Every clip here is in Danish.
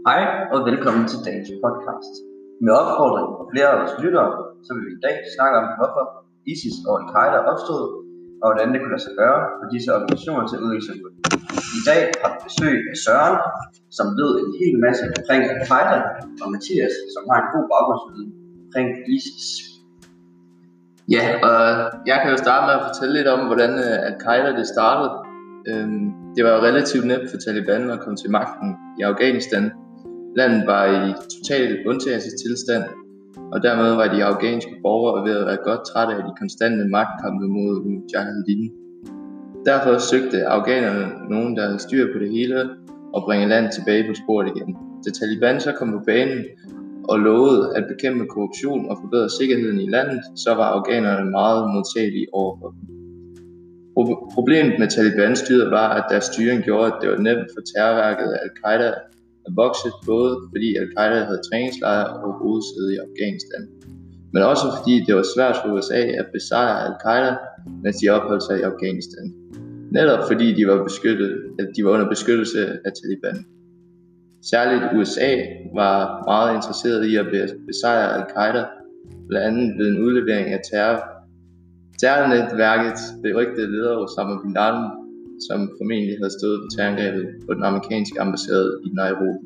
Hej og velkommen til dagens podcast. Med opfordring fra flere af vores lyttere, så vil vi i dag snakke om, hvorfor ISIS og Al-Qaida opstod, og hvordan det kunne lade sig gøre for disse organisationer til at udvikle sig. I dag har vi besøg af Søren, som ved en hel masse omkring Al-Qaida, og Mathias, som har en god baggrundsviden omkring ISIS. Ja, og jeg kan jo starte med at fortælle lidt om, hvordan Al-Qaida det startede. Det var jo relativt nemt for Taliban at komme til magten i Afghanistan. Landet var i total undtagelsestilstand, og dermed var de afghanske borgere ved at være godt trætte af de konstante magtkampe mod Mujahedin. Derfor søgte afghanerne nogen, der havde styr på det hele, og bringe landet tilbage på sporet igen. Da Taliban så kom på banen og lovede at bekæmpe korruption og forbedre sikkerheden i landet, så var afghanerne meget modtagelige overfor dem. Problemet med Taliban-styret var, at deres styring gjorde, at det var nemt for terrorværket Al-Qaida at vokse, både fordi Al-Qaida havde træningslejre og hovedsæde i Afghanistan, men også fordi det var svært for USA at besejre Al-Qaida, mens de opholdt sig i Afghanistan. Netop fordi de var under beskyttelse af Taliban. Særligt USA var meget interesseret i at besejre Al-Qaida, blandt andet ved en udlevering af terrornetværket berygtede leder Osama bin Laden, som formentlig havde stået på terrorangrebet på den amerikanske ambassade i Nairobi.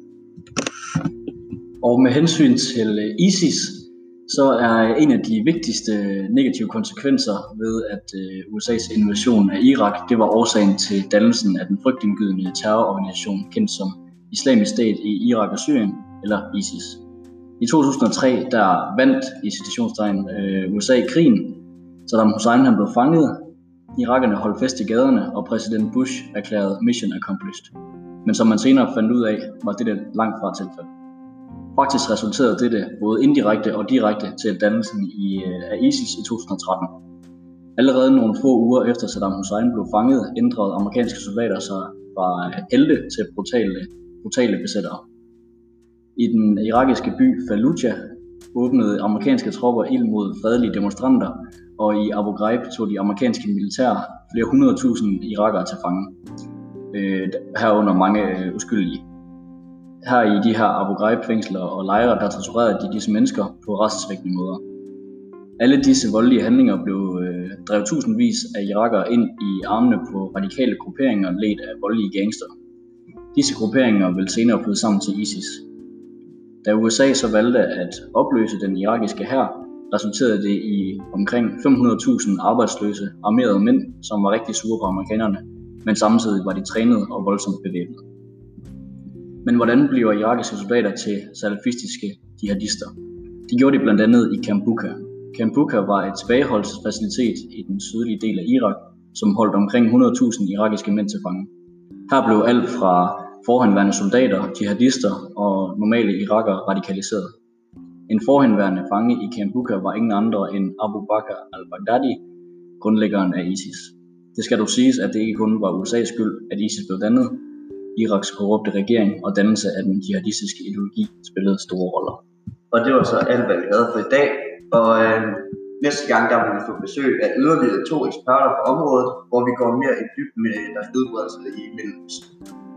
Og med hensyn til ISIS, så er en af de vigtigste negative konsekvenser ved at USA's invasion af Irak, det var årsagen til dannelsen af den frygtindgydende terrororganisation kendt som Islamisk Stat i Irak og Syrien, eller ISIS. I 2003 der vandt i citationstegn USA krigen. Saddam Hussein han blev fanget, irakerne holdt fest i gaderne, og præsident Bush erklærede mission accomplished. Men som man senere fandt ud af, var dette langt fra tilfældet. Faktisk resulterede dette både indirekte og direkte til dannelsen af ISIS i 2013. Allerede nogle få uger efter Saddam Hussein blev fanget, ændrede amerikanske soldater sig fra helte til brutale besættere. I den irakiske by Fallujah åbnede amerikanske tropper ild mod fredelige demonstranter, og i Abu Ghraib tog de amerikanske militær flere 100.000 irakere til fange, herunder mange uskyldige. Her i de her Abu Ghraib-fængsler og lejre, der torturerede de disse mennesker på rædselsvækkende måder. Alle disse voldelige handlinger blev drevet tusindvis af irakere ind i armene på radikale grupperinger ledt af voldelige gangster. Disse grupperinger vil senere flyde sammen til ISIS. Da USA så valgte at opløse den irakiske hær, resulterede det i omkring 500.000 arbejdsløse armerede mænd, som var rigtig sure på amerikanerne, men samtidig var de trænet og voldsomt bevæbnet. Men hvordan bliver irakiske soldater til salafistiske jihadister? De gjorde det blandt andet i Camp Bucca. Camp Bucca var et tilbageholdelsesfacilitet i den sydlige del af Irak, som holdt omkring 100.000 irakiske mænd til fange. Her blev alt fra forhenværende soldater, jihadister og normale irakere radikaliseret. En forhenværende fange i Camp Bucca var ingen andre end Abu Bakr al-Baghdadi, grundlæggeren af ISIS. Det skal dog siges, at det ikke kun var USA's skyld, at ISIS blev dannet. Iraks korrupte regering og dannelse af den jihadistiske ideologi spillede store roller. Og det var så alt, hvad vi havde for i dag. Og næste gang, der vil vi få besøg af yderligere 2 eksperter på området, hvor vi går mere i dybden med deres udbredelse i Mellemøsten.